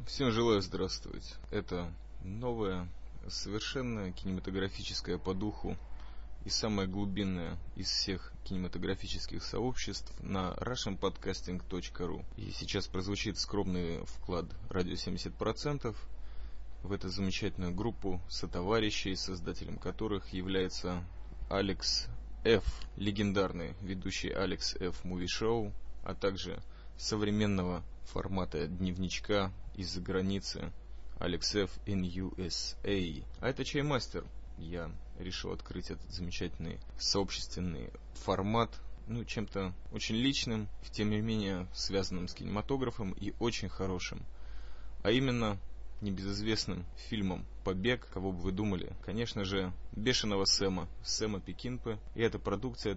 Всем желаю здравствовать. Это новая, совершенно кинематографическая по духу и самая глубинная из всех кинематографических сообществ на russianpodcasting.ru. И сейчас прозвучит скромный вклад радио 70% в эту замечательную группу сотоварищей, создателем которых является Алекс Ф., легендарный ведущий Алекс Ф. Movie Show, а также современного формата дневничка из-за границы Алекс Ф. in USA. А это Чаймастер. Я решил открыть этот замечательный сообщественный формат, чем-то очень личным, тем не менее связанным с кинематографом и очень хорошим. А именно небезызвестным фильмом «Побег», кого бы вы думали, конечно же, «Бешеного Сэма», Сэма Пекинпы, и это продукция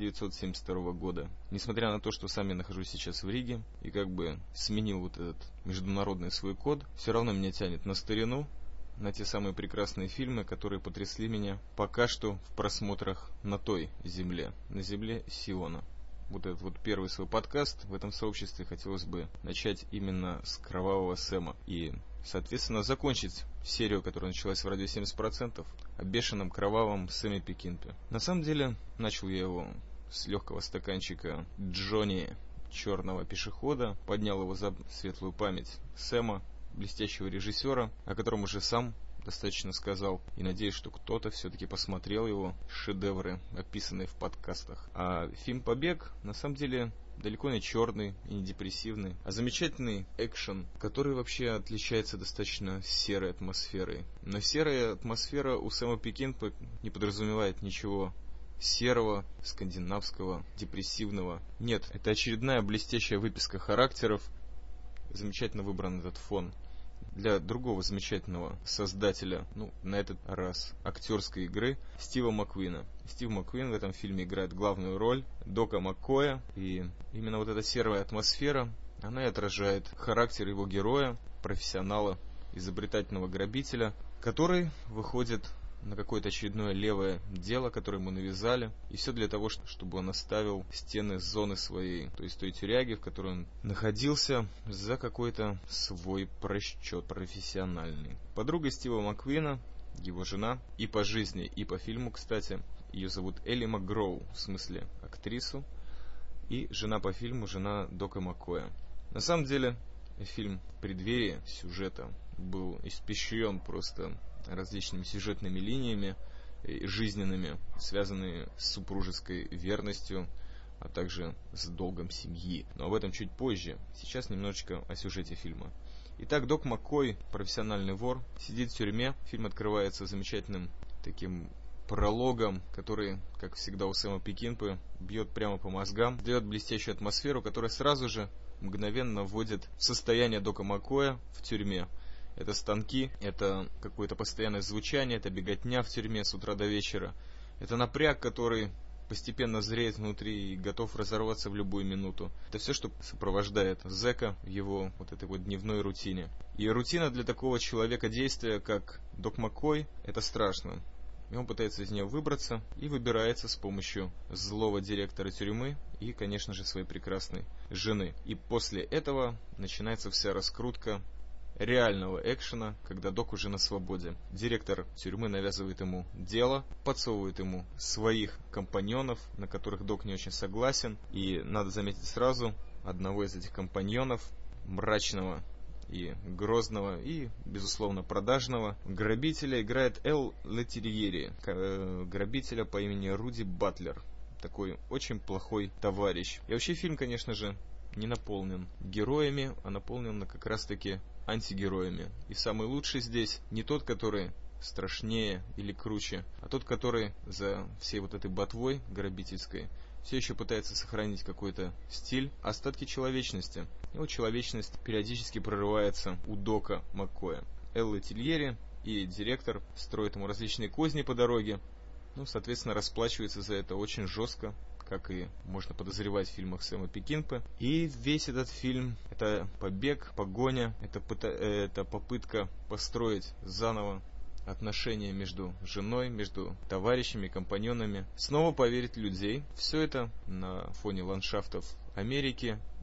1972 года. Несмотря на то, что сам я нахожусь сейчас в Риге и как бы сменил вот этот международный свой код, все равно меня тянет на старину, на те самые прекрасные фильмы, которые потрясли меня пока что в просмотрах на той земле, на земле Сиона. Вот этот вот первый свой подкаст в этом сообществе хотелось бы начать именно с «Кровавого Сэма» и, соответственно, закончить серию, которая началась в радио 70%, о бешеном кровавом Сэме Пекинпе. На самом деле, начал я его с легкого стаканчика Джонни Черного Пешехода, поднял его за светлую память Сэма, блестящего режиссера, о котором уже сам достаточно сказал, и надеюсь, что кто-то все-таки посмотрел его шедевры, описанные в подкастах. А фильм «Побег» на самом деле далеко не черный и не депрессивный, а замечательный экшен, который вообще отличается достаточно серой атмосферой. Но серая атмосфера у Сэма Пекинпы не подразумевает ничего серого, скандинавского, депрессивного. Нет, это очередная блестящая выписка характеров. Замечательно выбран этот фон для другого замечательного создателя, на этот раз актерской игры, Стива Маккуина. Стив Маккуин в этом фильме играет главную роль Дока Маккоя, и именно вот эта серая атмосфера, она и отражает характер его героя, профессионала, изобретательного грабителя, который выходит на какое-то очередное левое дело, которое ему навязали. И все для того, чтобы он оставил стены зоны своей, то есть той тюряги, в которой он находился, за какой-то свой просчет профессиональный. Подруга Стива Маккуина, его жена, и по жизни, и по фильму, кстати, ее зовут Элли Макгроу, в смысле актрису, и жена по фильму, жена Дока Маккоя. На самом деле, фильм в преддверии сюжета был испещрен просто различными сюжетными линиями жизненными, связанные с супружеской верностью, а также с долгом семьи. Но об этом чуть позже. Сейчас немножечко о сюжете фильма. Итак, Док Маккой, профессиональный вор, сидит в тюрьме. Фильм открывается замечательным таким прологом, который, как всегда у Сэма Пекинпы, бьет прямо по мозгам, дает блестящую атмосферу, которая сразу же мгновенно вводит в состояние Дока Маккоя в тюрьме. Это станки, это какое-то постоянное звучание, это беготня в тюрьме с утра до вечера. Это напряг, который постепенно зреет внутри и готов разорваться в любую минуту. Это все, что сопровождает зэка в его вот этой вот дневной рутине. И рутина для такого человека действия, как Док Маккой, это страшно. И он пытается из нее выбраться и выбирается с помощью злого директора тюрьмы и, конечно же, своей прекрасной жены. И после этого начинается вся раскрутка реального экшена, когда Док уже на свободе. Директор тюрьмы навязывает ему дело, подсовывает ему своих компаньонов, на которых Док не очень согласен. И надо заметить сразу, одного из этих компаньонов, мрачного и грозного, и, безусловно, продажного грабителя, играет Эл Летильери, грабителя по имени Руди Батлер. Такой очень плохой товарищ. И вообще фильм, конечно же, не наполнен героями, а наполнен как раз-таки антигероями. И самый лучший здесь не тот, который страшнее или круче, а тот, который за всей вот этой ботвой грабительской все еще пытается сохранить какой-то стиль, остатки человечности. И вот человечность периодически прорывается у Дока Маккоя. Эл Летильери и директор строят ему различные козни по дороге, соответственно, расплачивается за это очень жестко, как и можно подозревать в фильмах Сэма Пекинпы. И весь этот фильм — это побег, погоня, это попытка построить заново отношения между женой, между товарищами, компаньонами, снова поверить в людей. Все это на фоне ландшафтов Америки,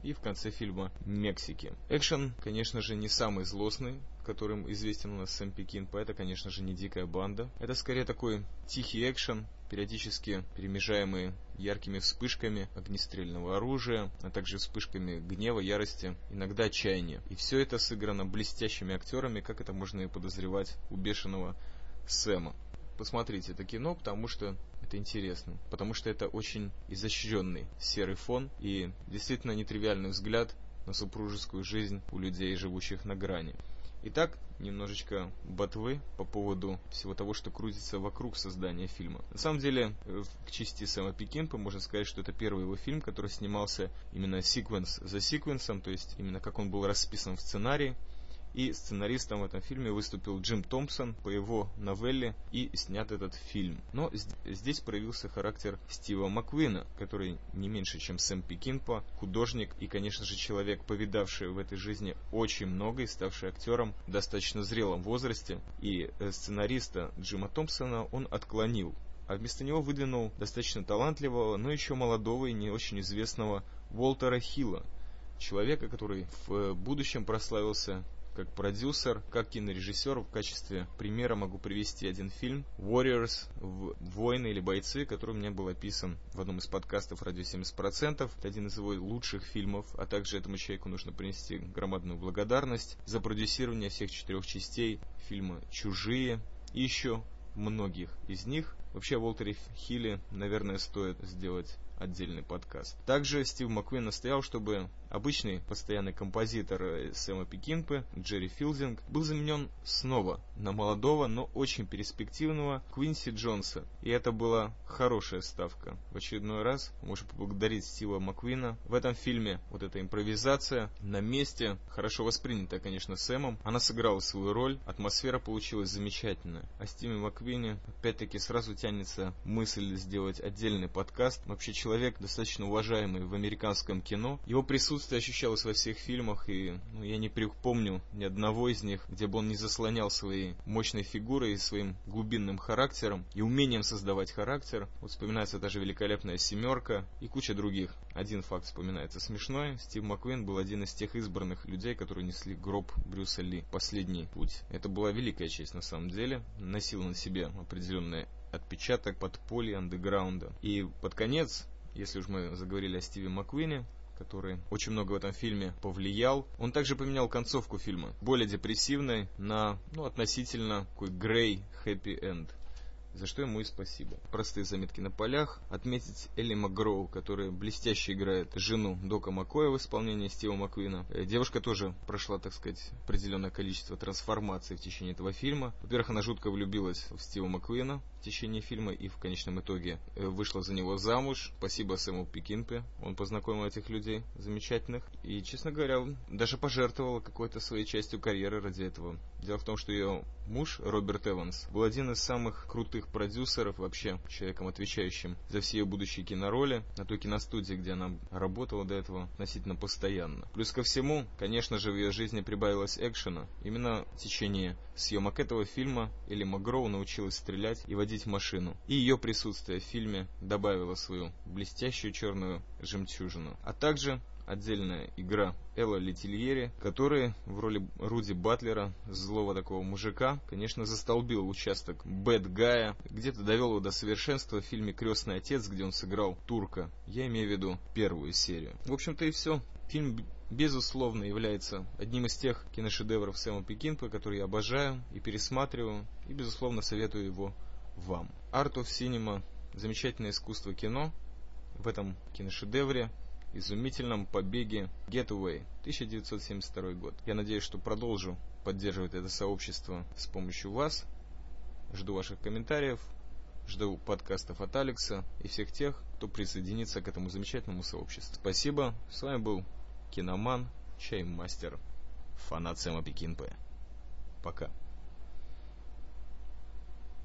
и в конце фильма Мексики. Экшен, конечно же, не самый злостный, которым известен у нас Сэм Пекинпа. Это, конечно же, не «Дикая банда». Это скорее такой тихий экшен, периодически перемежаемый яркими вспышками огнестрельного оружия, а также вспышками гнева, ярости, иногда отчаяния. И все это сыграно блестящими актерами, как это можно и подозревать у бешеного Сэма. Посмотрите это кино, потому что это интересно, потому что это очень изощренный серый фон и действительно нетривиальный взгляд на супружескую жизнь у людей, живущих на грани. Итак, немножечко ботвы по поводу всего того, что крутится вокруг создания фильма. На самом деле, к чести Сэма Пекинпы можно сказать, что это первый его фильм, который снимался именно секвенс за секвенсом, то есть именно как он был расписан в сценарии. И сценаристом в этом фильме выступил Джим Томпсон по его новелле и снят этот фильм. Но здесь проявился характер Стива Маккуина, который не меньше, чем Сэм Пекинпа, художник и, конечно же, человек, повидавший в этой жизни очень много и ставший актером в достаточно зрелом возрасте. И сценариста Джима Томпсона он отклонил, а вместо него выдвинул достаточно талантливого, но еще молодого и не очень известного Уолтера Хилла, человека, который в будущем прославился как продюсер, как кинорежиссер. В качестве примера могу привести один фильм Warriors, Воины или Бойцы, который у меня был описан в одном из подкастов «Радио 70%». Это один из его лучших фильмов, а также этому человеку нужно принести громадную благодарность за продюсирование всех 4 частей фильма «Чужие» и еще многих из них. Вообще о Уолтере Хилле, наверное, стоит сделать отдельный подкаст. Также Стив Маккуин настоял, чтобы обычный постоянный композитор Сэма Пекинпы, Джерри Филдинг, был заменен снова на молодого, но очень перспективного Квинси Джонса. И это была хорошая ставка. В очередной раз можем поблагодарить Стива Маккуина. В этом фильме вот эта импровизация на месте, хорошо воспринята, конечно, Сэмом. Она сыграла свою роль, атмосфера получилась замечательная. О Стиве Маккуине опять-таки сразу тянется мысль сделать отдельный подкаст. Вообще человек достаточно уважаемый в американском кино. Его присутствие ощущалось во всех фильмах, и я не припомню ни одного из них, где бы он не заслонял своей мощной фигурой, своим глубинным характером и умением создавать характер. Вот вспоминается даже «Великолепная семерка» и куча других. Один факт вспоминается смешной. Стив Маккуин был один из тех избранных людей, которые несли гроб Брюса Ли. Последний путь. Это была великая честь на самом деле. Носил на себе определенный отпечаток подполья, андеграунда. И под конец, если уж мы заговорили о Стиве Маккуине, который очень много в этом фильме повлиял, он также поменял концовку фильма. Более депрессивной на, относительно такой грей хэппи энд. За что ему и спасибо. Простые заметки на полях. Отметить Элли Макгроу, которая блестяще играет жену Дока Маккоя в исполнении Стива Маккуина. Девушка тоже прошла, так сказать, определенное количество трансформаций в течение этого фильма. Во-первых, она жутко влюбилась в Стива Маккуина в течение фильма и в конечном итоге вышла за него замуж. Спасибо Сэму Пекинпе. Он познакомил этих людей замечательных. И, честно говоря, даже пожертвовала какой-то своей частью карьеры ради этого. Дело в том, что ее муж, Роберт Эванс, был один из самых крутых продюсеров, вообще человеком, отвечающим за все ее будущие кинороли на той киностудии, где она работала до этого относительно постоянно. Плюс ко всему, конечно же, в ее жизни прибавилось экшена. Именно в течение съемок этого фильма Элли Макгроу научилась стрелять и водить машину. И ее присутствие в фильме добавило свою блестящую черную жемчужину. А также отдельная игра Элла Летильери, который в роли Руди Батлера, злого такого мужика, конечно, застолбил участок Бэд Гая, где-то довел его до совершенства в фильме «Крестный отец», где он сыграл турка. Я имею в виду первую серию. В общем-то и все. Фильм, безусловно, является одним из тех киношедевров Сэма Пекинпы, которые я обожаю и пересматриваю, и, безусловно, советую его вам. Art of Cinema – замечательное искусство кино в этом киношедевре, изумительном побеге Getaway, 1972 год. Я надеюсь, что продолжу поддерживать это сообщество с помощью вас. Жду ваших комментариев, жду подкастов от Алекса и всех тех, кто присоединится к этому замечательному сообществу. Спасибо. С вами был киноман, чаймастер, фанат Сэма Пекинпы. Пока.